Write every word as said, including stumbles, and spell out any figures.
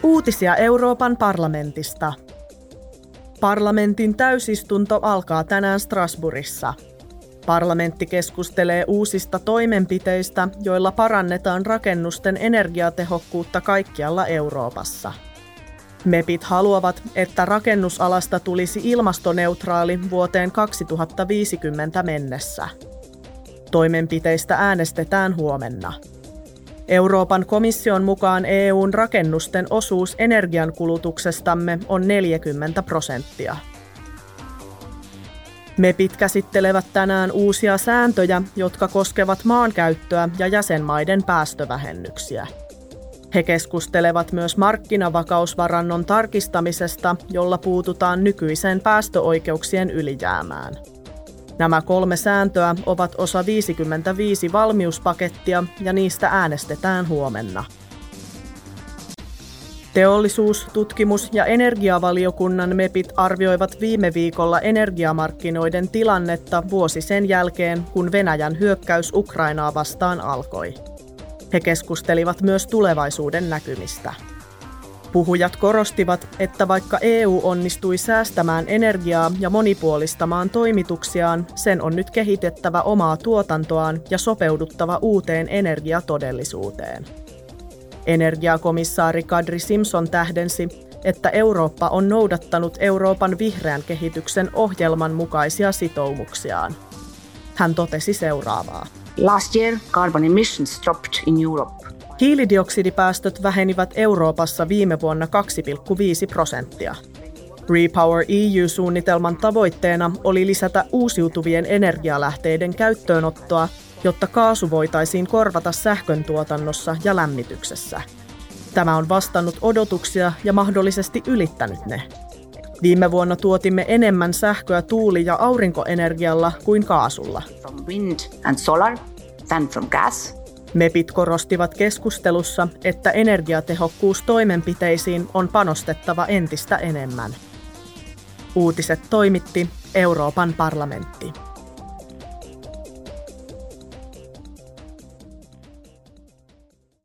Uutisia Euroopan parlamentista. Parlamentin täysistunto alkaa tänään Strasbourgissa. Parlamentti keskustelee uusista toimenpiteistä, joilla parannetaan rakennusten energiatehokkuutta kaikkialla Euroopassa. Mepit haluavat, että rakennusalasta tulisi ilmastoneutraali vuoteen kaksituhattaviisikymmentä mennessä. Toimenpiteistä äänestetään huomenna. Euroopan komission mukaan E U:n rakennusten osuus energiankulutuksestamme on neljäkymmentä prosenttia. Mepit käsittelevät tänään uusia sääntöjä, jotka koskevat maankäyttöä ja jäsenmaiden päästövähennyksiä. He keskustelevat myös markkinavakausvarannon tarkistamisesta, jolla puututaan nykyiseen päästöoikeuksien ylijäämään. Nämä kolme sääntöä ovat osa viisikymmentäviisi valmiuspakettia ja niistä äänestetään huomenna. Teollisuus-, tutkimus- ja energiavaliokunnan mepit arvioivat viime viikolla energiamarkkinoiden tilannetta vuosi sen jälkeen, kun Venäjän hyökkäys Ukrainaa vastaan alkoi. He keskustelivat myös tulevaisuuden näkymistä. Puhujat korostivat, että vaikka E U onnistui säästämään energiaa ja monipuolistamaan toimituksiaan, sen on nyt kehitettävä omaa tuotantoaan ja sopeuduttava uuteen energiatodellisuuteen. Energiakomissaari Kadri Simson tähdensi, että Eurooppa on noudattanut Euroopan vihreän kehityksen ohjelman mukaisia sitoumuksiaan. Hän totesi seuraavaa. Last year, carbon emissions dropped in Europe. Hiilidioksidipäästöt vähenivät Euroopassa viime vuonna kaksi pilkku viisi prosenttia. Repower E U-suunnitelman tavoitteena oli lisätä uusiutuvien energialähteiden käyttöönottoa, jotta kaasu voitaisiin korvata sähköntuotannossa ja lämmityksessä. Tämä on vastannut odotuksia ja mahdollisesti ylittänyt ne. Viime vuonna tuotimme enemmän sähköä tuuli- ja aurinkoenergialla kuin kaasulla. From wind and solar than from gas. Mepit korostivat keskustelussa, että energiatehokkuustoimenpiteisiin on panostettava entistä enemmän. Uutiset toimitti Euroopan parlamentti.